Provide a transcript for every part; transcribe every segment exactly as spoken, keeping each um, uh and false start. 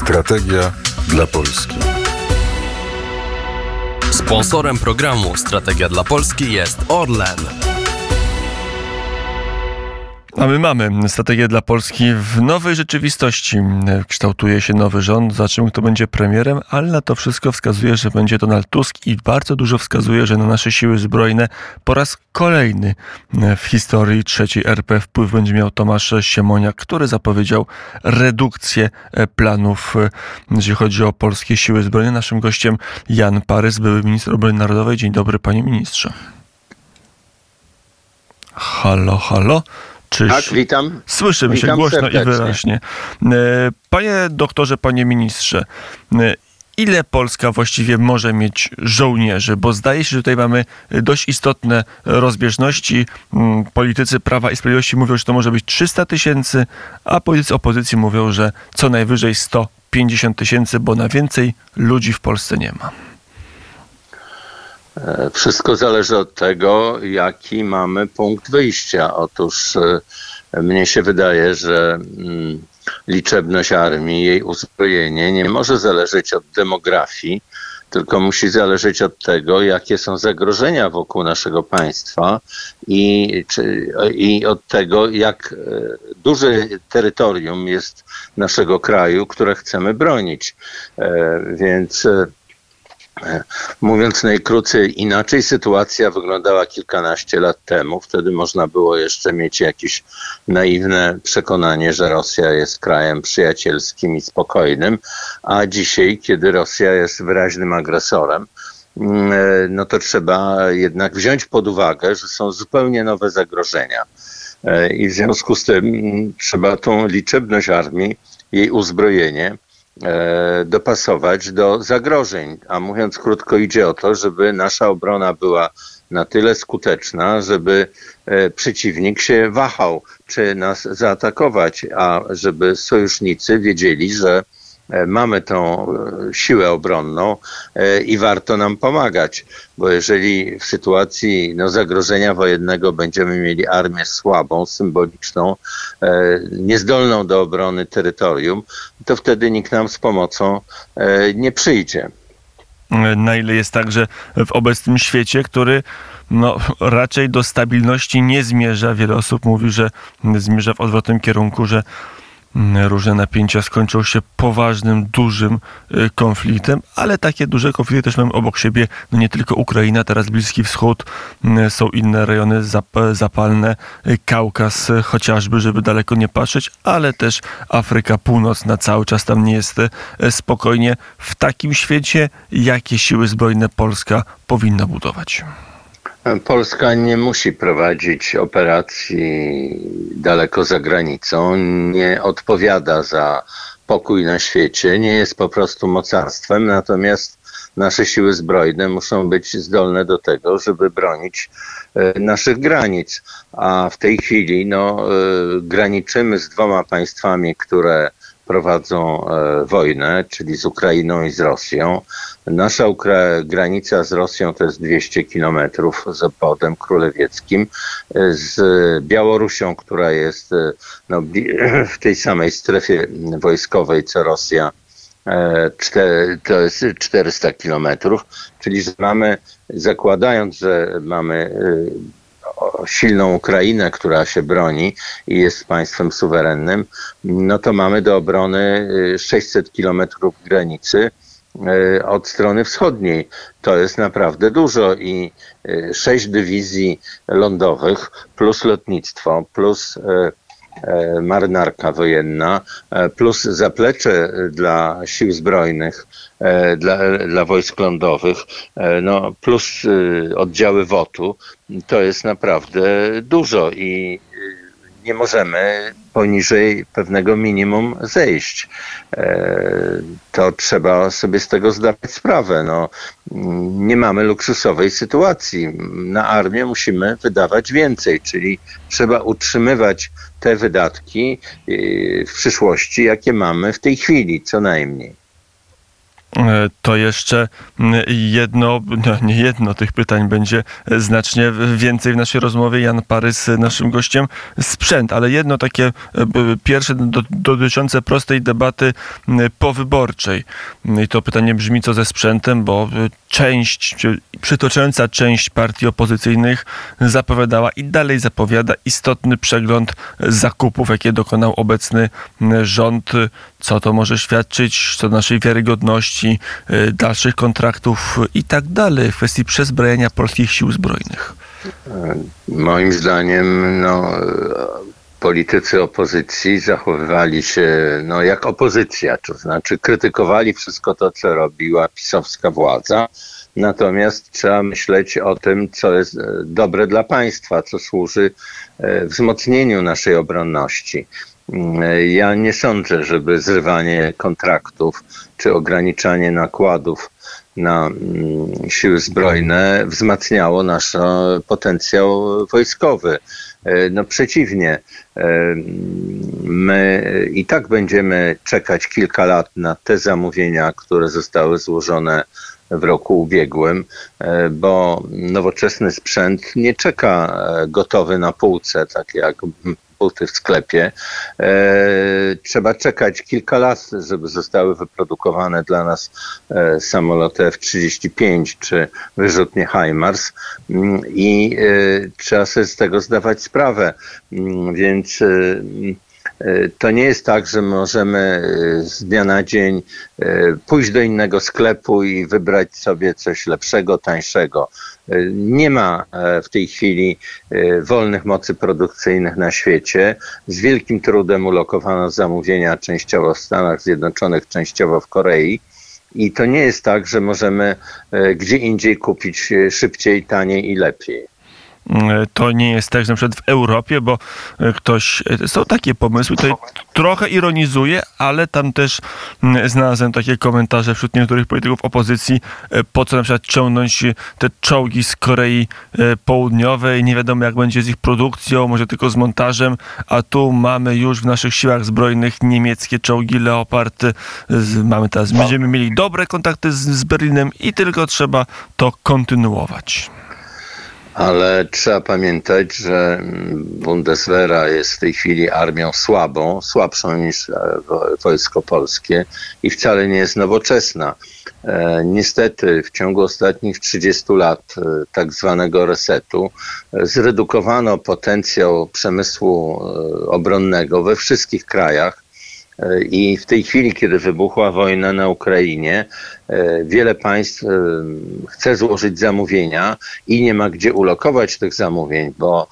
Strategia dla Polski. Sponsorem programu Strategia dla Polski jest Orlen. A my mamy strategię dla Polski w nowej rzeczywistości. Kształtuje się nowy rząd, zobaczymy, kto będzie premierem, ale na to wszystko wskazuje, że będzie Donald Tusk i bardzo dużo wskazuje, że na nasze siły zbrojne po raz kolejny w historii trzeciej R P wpływ będzie miał Tomasz Siemoniak, który zapowiedział redukcję planów, jeśli chodzi o polskie siły zbrojne. Naszym gościem Jan Parys, były minister obrony narodowej. Dzień dobry, panie ministrze. Halo, halo. Czyś... Tak, witam. Słyszymy witam się głośno serdecznie. i wyraźnie. Panie doktorze, panie ministrze, ile Polska właściwie może mieć żołnierzy? Bo zdaje się, że tutaj mamy dość istotne rozbieżności. Politycy Prawa i Sprawiedliwości mówią, że to może być trzysta tysięcy, a politycy opozycji mówią, że co najwyżej sto pięćdziesiąt tysięcy, bo na więcej ludzi w Polsce nie ma. Wszystko zależy od tego, jaki mamy punkt wyjścia. Otóż mnie się wydaje, że liczebność armii, jej uzbrojenie nie może zależeć od demografii, tylko musi zależeć od tego, jakie są zagrożenia wokół naszego państwa i, czy, i od tego, jak duże terytorium jest naszego kraju, które chcemy bronić. Więc mówiąc najkrócej, inaczej sytuacja wyglądała kilkanaście lat temu. Wtedy można było jeszcze mieć jakieś naiwne przekonanie, że Rosja jest krajem przyjacielskim i spokojnym, a dzisiaj, kiedy Rosja jest wyraźnym agresorem, no to trzeba jednak wziąć pod uwagę, że są zupełnie nowe zagrożenia. I w związku z tym trzeba tą liczebność armii, jej uzbrojenie dopasować do zagrożeń. A mówiąc krótko, idzie o to, żeby nasza obrona była na tyle skuteczna, żeby przeciwnik się wahał, czy nas zaatakować, a żeby sojusznicy wiedzieli, że mamy tą siłę obronną i warto nam pomagać, bo jeżeli w sytuacji no, zagrożenia wojennego będziemy mieli armię słabą, symboliczną, niezdolną do obrony terytorium, to wtedy nikt nam z pomocą nie przyjdzie. Na ile jest tak, że w obecnym świecie, który no, raczej do stabilności nie zmierza, wiele osób mówi, że zmierza w odwrotnym kierunku, że różne napięcia skończą się poważnym, dużym konfliktem, ale takie duże konflikty też mamy obok siebie. No nie tylko Ukraina, teraz Bliski Wschód, są inne rejony zapalne, Kaukaz chociażby, żeby daleko nie patrzeć, ale też Afryka Północna, cały czas tam nie jest spokojnie. W takim świecie jakie siły zbrojne Polska powinna budować? Polska nie musi prowadzić operacji daleko za granicą, nie odpowiada za pokój na świecie, nie jest po prostu mocarstwem, natomiast nasze siły zbrojne muszą być zdolne do tego, żeby bronić naszych granic. A w tej chwili no, graniczymy z dwoma państwami, które prowadzą e, wojnę, czyli z Ukrainą i z Rosją. Nasza Ukra- granica z Rosją to jest dwieście kilometrów z obwodem królewieckim, e, z Białorusią, która jest e, no, w tej samej strefie wojskowej co Rosja, e, cztery, to jest czterysta kilometrów, czyli że mamy, zakładając, że mamy e, silną Ukrainę, która się broni i jest państwem suwerennym, no to mamy do obrony sześćset kilometrów granicy od strony wschodniej. To jest naprawdę dużo i sześć dywizji lądowych plus lotnictwo, plus marynarka wojenna, plus zaplecze dla sił zbrojnych, dla, dla wojsk lądowych, no plus oddziały W O T-u, to jest naprawdę dużo i nie możemy poniżej pewnego minimum zejść. To trzeba sobie z tego zdawać sprawę. No, nie mamy luksusowej sytuacji. Na armię musimy wydawać więcej, czyli trzeba utrzymywać te wydatki w przyszłości, jakie mamy w tej chwili, co najmniej. To jeszcze jedno, no nie jedno, tych pytań będzie znacznie więcej w naszej rozmowie. Jan Parys, naszym gościem. Sprzęt, ale jedno takie pierwsze do, dotyczące prostej debaty powyborczej. I to pytanie brzmi, co ze sprzętem, bo część, przytoczająca część partii opozycyjnych zapowiadała i dalej zapowiada istotny przegląd zakupów, jakie dokonał obecny rząd. Co to może świadczyć, co do naszej wiarygodności, dalszych kontraktów i tak dalej w kwestii przezbrojenia polskich sił zbrojnych? Moim zdaniem no, politycy opozycji zachowywali się no, jak opozycja, to znaczy krytykowali wszystko to, co robiła pisowska władza. Natomiast trzeba myśleć o tym, co jest dobre dla państwa, co służy wzmocnieniu naszej obronności. Ja nie sądzę, żeby zrywanie kontraktów czy ograniczanie nakładów na siły zbrojne wzmacniało nasz potencjał wojskowy. No przeciwnie, my i tak będziemy czekać kilka lat na te zamówienia, które zostały złożone w roku ubiegłym, bo nowoczesny sprzęt nie czeka gotowy na półce, tak jak buty w sklepie. E, trzeba czekać kilka lat, żeby zostały wyprodukowane dla nas e, samoloty F trzydzieści pięć czy wyrzutnie HIMARS i e, trzeba sobie z tego zdawać sprawę. Więc e, to nie jest tak, że możemy z dnia na dzień pójść do innego sklepu i wybrać sobie coś lepszego, tańszego. Nie ma w tej chwili wolnych mocy produkcyjnych na świecie. Z wielkim trudem ulokowano zamówienia częściowo w Stanach Zjednoczonych, częściowo w Korei. I to nie jest tak, że możemy gdzie indziej kupić szybciej, taniej i lepiej. To nie jest tak, że na przykład w Europie, bo ktoś, są takie pomysły, tutaj trochę ironizuje, ale tam też znalazłem takie komentarze wśród niektórych polityków opozycji, po co na przykład ciągnąć te czołgi z Korei Południowej, nie wiadomo jak będzie z ich produkcją, może tylko z montażem, a tu mamy już w naszych siłach zbrojnych niemieckie czołgi Leopard, mamy teraz, będziemy mieli dobre kontakty z, z Berlinem i tylko trzeba to kontynuować. Ale trzeba pamiętać, że Bundeswehra jest w tej chwili armią słabą, słabszą niż Wojsko Polskie i wcale nie jest nowoczesna. Niestety w ciągu ostatnich trzydziestu lat tak zwanego resetu zredukowano potencjał przemysłu obronnego we wszystkich krajach. I w tej chwili, kiedy wybuchła wojna na Ukrainie, wiele państw chce złożyć zamówienia i nie ma gdzie ulokować tych zamówień, bo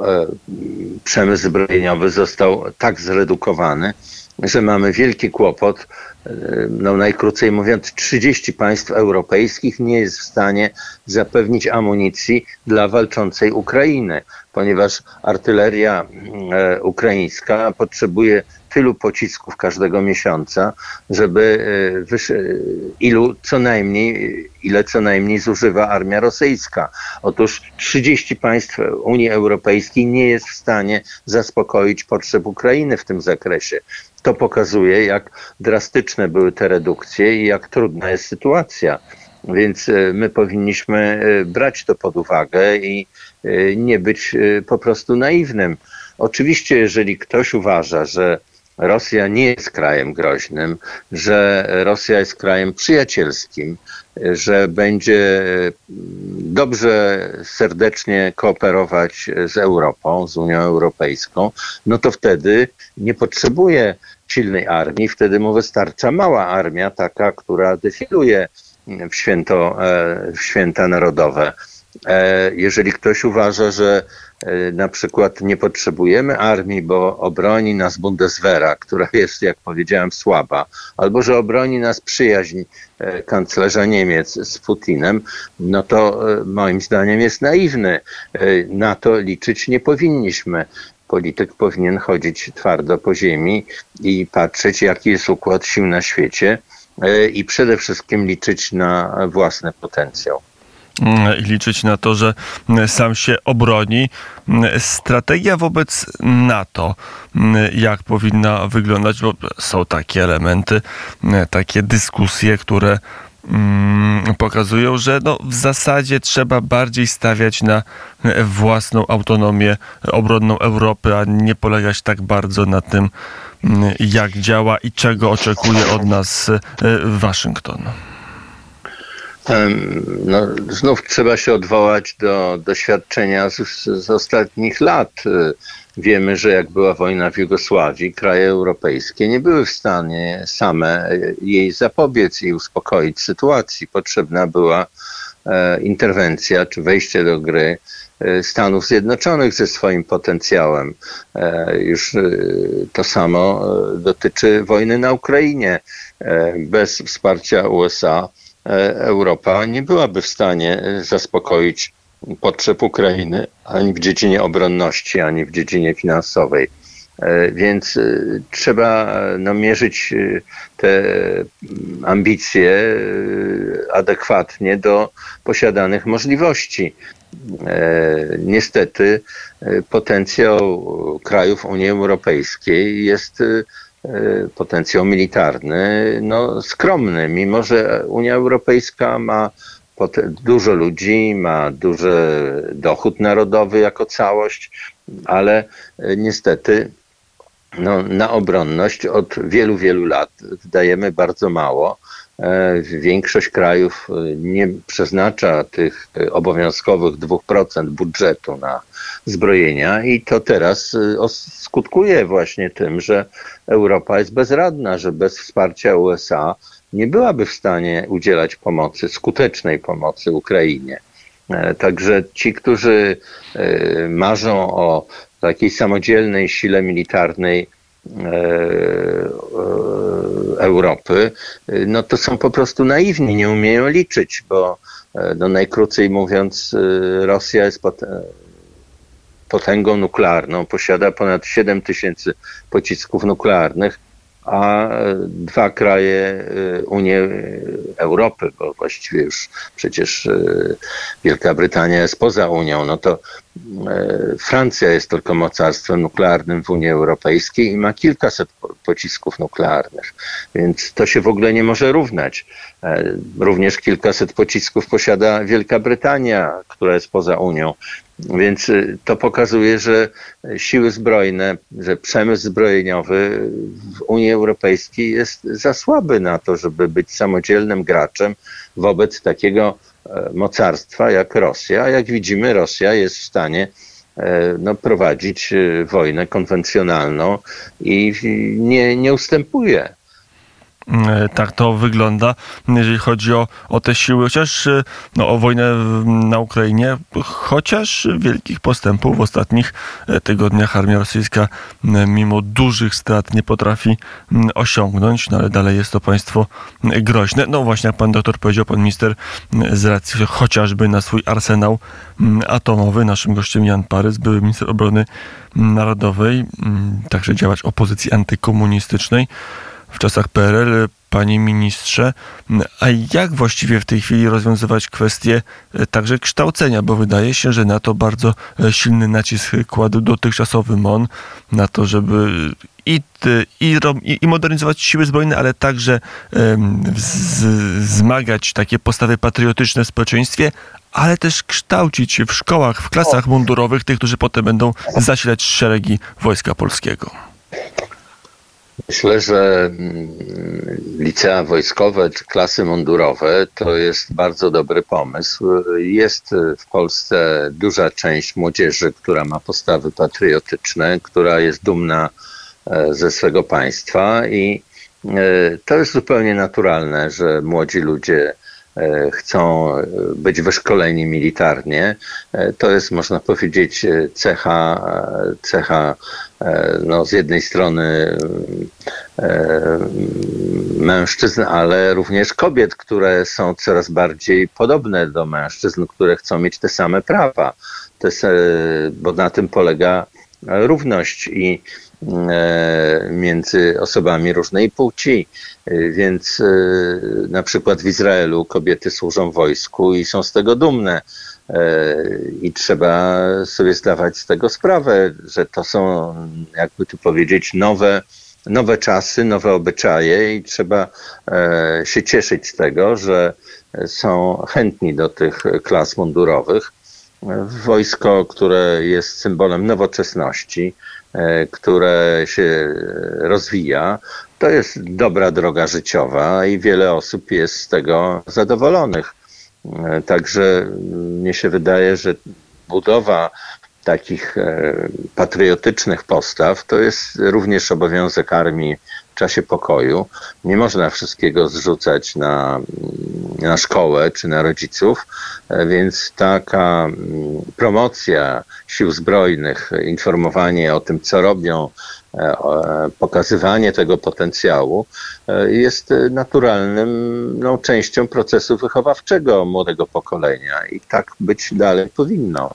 przemysł zbrojeniowy został tak zredukowany, że mamy wielki kłopot. No najkrócej mówiąc, trzydzieści państw europejskich nie jest w stanie zapewnić amunicji dla walczącej Ukrainy, ponieważ artyleria ukraińska potrzebuje tylu pocisków każdego miesiąca, żeby wysz- ilu co najmniej, ile co najmniej zużywa armia rosyjska. Otóż trzydzieści państw Unii Europejskiej nie jest w stanie zaspokoić potrzeb Ukrainy w tym zakresie. To pokazuje, jak drastyczne były te redukcje i jak trudna jest sytuacja. Więc my powinniśmy brać to pod uwagę i nie być po prostu naiwnym. Oczywiście, jeżeli ktoś uważa, że Rosja nie jest krajem groźnym, że Rosja jest krajem przyjacielskim, że będzie dobrze, serdecznie kooperować z Europą, z Unią Europejską, no to wtedy nie potrzebuje silnej armii, wtedy mu wystarcza mała armia, taka, która defiluje w, święto, w święta narodowe. Jeżeli ktoś uważa, że na przykład nie potrzebujemy armii, bo obroni nas Bundeswehra, która jest, jak powiedziałem, słaba, albo że obroni nas przyjaźń kanclerza Niemiec z Putinem, no to moim zdaniem jest naiwny. Na to liczyć nie powinniśmy. Polityk powinien chodzić twardo po ziemi i patrzeć, jaki jest układ sił na świecie i przede wszystkim liczyć na własny potencjał. i liczyć na to, że sam się obroni. Strategia wobec NATO, jak powinna wyglądać? Bo są takie elementy, takie dyskusje, które pokazują, że no w zasadzie trzeba bardziej stawiać na własną autonomię obronną Europy, a nie polegać tak bardzo na tym, jak działa i czego oczekuje od nas Waszyngton. No, znów trzeba się odwołać do doświadczenia z, z ostatnich lat. Wiemy, że jak była wojna w Jugosławii, kraje europejskie nie były w stanie same jej zapobiec i uspokoić sytuacji. Potrzebna była interwencja czy wejście do gry Stanów Zjednoczonych ze swoim potencjałem. Już to samo dotyczy wojny na Ukrainie. Bez wsparcia U S A Europa nie byłaby w stanie zaspokoić potrzeb Ukrainy ani w dziedzinie obronności, ani w dziedzinie finansowej. Więc trzeba no, mierzyć te ambicje adekwatnie do posiadanych możliwości. Niestety potencjał krajów Unii Europejskiej jest potencjał militarny no, skromny, mimo że Unia Europejska ma dużo ludzi, ma duży dochód narodowy jako całość, ale niestety no, na obronność od wielu, wielu lat wydajemy bardzo mało. Większość krajów nie przeznacza tych obowiązkowych dwóch procent budżetu na zbrojenia i to teraz skutkuje właśnie tym, że Europa jest bezradna, że bez wsparcia U S A nie byłaby w stanie udzielać pomocy, skutecznej pomocy Ukrainie. Także ci, którzy marzą o takiej samodzielnej sile militarnej Europy, no to są po prostu naiwni, nie umieją liczyć, bo no najkrócej mówiąc Rosja jest potęgą nuklearną, posiada ponad siedem tysięcy pocisków nuklearnych, a dwa kraje Unii Europy, bo właściwie już przecież Wielka Brytania jest poza Unią, no to Francja jest tylko mocarstwem nuklearnym w Unii Europejskiej i ma kilkaset pocisków nuklearnych, więc to się w ogóle nie może równać. Również kilkaset pocisków posiada Wielka Brytania, która jest poza Unią. Więc to pokazuje, że siły zbrojne, że przemysł zbrojeniowy w Unii Europejskiej jest za słaby na to, żeby być samodzielnym graczem wobec takiego mocarstwa jak Rosja. A jak widzimy, Rosja jest w stanie no, prowadzić wojnę konwencjonalną i nie, nie ustępuje. Tak to wygląda, jeżeli chodzi o, o te siły, chociaż no, o wojnę na Ukrainie, chociaż wielkich postępów w ostatnich tygodniach armia rosyjska mimo dużych strat nie potrafi osiągnąć, no ale dalej jest to państwo groźne. No właśnie, jak pan doktor powiedział, pan minister, z racji chociażby na swój arsenał atomowy, naszym gościem Jan Parys, były minister obrony narodowej, także działacz opozycji antykomunistycznej w czasach P R L. Panie ministrze, a jak właściwie w tej chwili rozwiązywać kwestie także kształcenia, bo wydaje się, że na to bardzo silny nacisk kładł dotychczasowy M O N, na to, żeby i, i, i modernizować siły zbrojne, ale także um, z, zmagać takie postawy patriotyczne w społeczeństwie, ale też kształcić się w szkołach, w klasach mundurowych tych, którzy potem będą zasilać szeregi Wojska Polskiego. Myślę, że licea wojskowe czy klasy mundurowe to jest bardzo dobry pomysł. Jest w Polsce duża część młodzieży, która ma postawy patriotyczne, która jest dumna ze swego państwa i to jest zupełnie naturalne, że młodzi ludzie chcą być wyszkoleni militarnie. To jest, można powiedzieć, cecha, cecha no, z jednej strony mężczyzn, ale również kobiet, które są coraz bardziej podobne do mężczyzn, które chcą mieć te same prawa. To jest, bo na tym polega równość i między osobami różnej płci. Więc na przykład w Izraelu kobiety służą w wojsku i są z tego dumne. I trzeba sobie zdawać z tego sprawę, że to są, jakby tu powiedzieć, nowe, nowe czasy, nowe obyczaje i trzeba się cieszyć z tego, że są chętni do tych klas mundurowych. Wojsko, które jest symbolem nowoczesności, które się rozwija, to jest dobra droga życiowa i wiele osób jest z tego zadowolonych. Także mnie się wydaje, że budowa takich patriotycznych postaw to jest również obowiązek armii w czasie pokoju. Nie można wszystkiego zrzucać na, na szkołę czy na rodziców, więc taka promocja sił zbrojnych, informowanie o tym, co robią, pokazywanie tego potencjału jest naturalnym no, częścią procesu wychowawczego młodego pokolenia i tak być dalej powinno.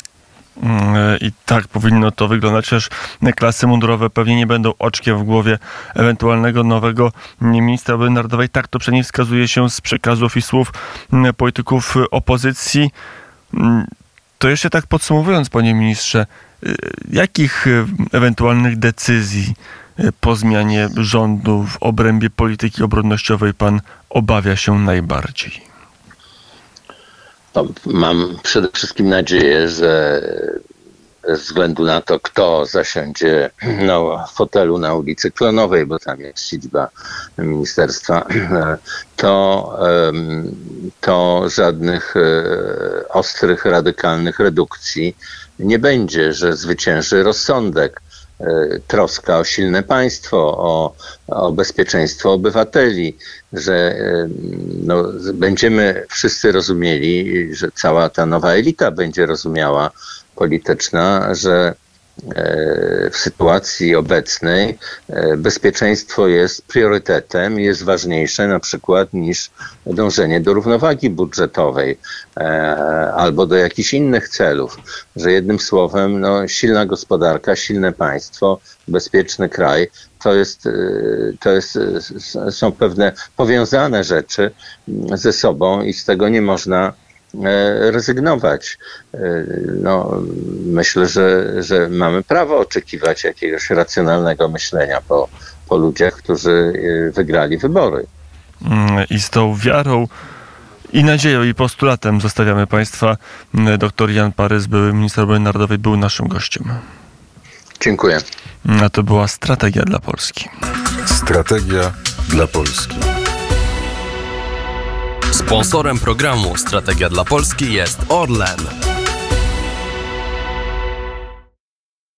I tak powinno to wyglądać, chociaż klasy mundurowe pewnie nie będą oczkiem w głowie ewentualnego nowego ministra obrony narodowej. Tak to przynajmniej wskazuje się z przekazów i słów polityków opozycji. To jeszcze tak podsumowując, panie ministrze, jakich ewentualnych decyzji po zmianie rządu w obrębie polityki obronnościowej pan obawia się najbardziej? No, mam przede wszystkim nadzieję, że bez względu na to, kto zasiądzie no, w fotelu na ulicy Klonowej, bo tam jest siedziba ministerstwa, to, to żadnych ostrych, radykalnych redukcji nie będzie, że zwycięży rozsądek. Troska o silne państwo, o, o bezpieczeństwo obywateli, że no, będziemy wszyscy rozumieli, że cała ta nowa elita będzie rozumiała polityczna, że w sytuacji obecnej bezpieczeństwo jest priorytetem i jest ważniejsze na przykład niż dążenie do równowagi budżetowej albo do jakichś innych celów, że jednym słowem no, silna gospodarka, silne państwo, bezpieczny kraj to jest, to jest, są pewne powiązane rzeczy ze sobą i z tego nie można rezygnować. No, myślę, że, że mamy prawo oczekiwać jakiegoś racjonalnego myślenia po, po ludziach, którzy wygrali wybory. I z tą wiarą i nadzieją i postulatem zostawiamy państwa. Doktor Jan Parys, były minister obrony narodowej, był naszym gościem. Dziękuję. A to była Strategia dla Polski. Strategia dla Polski. Sponsorem programu Strategia dla Polski jest Orlen.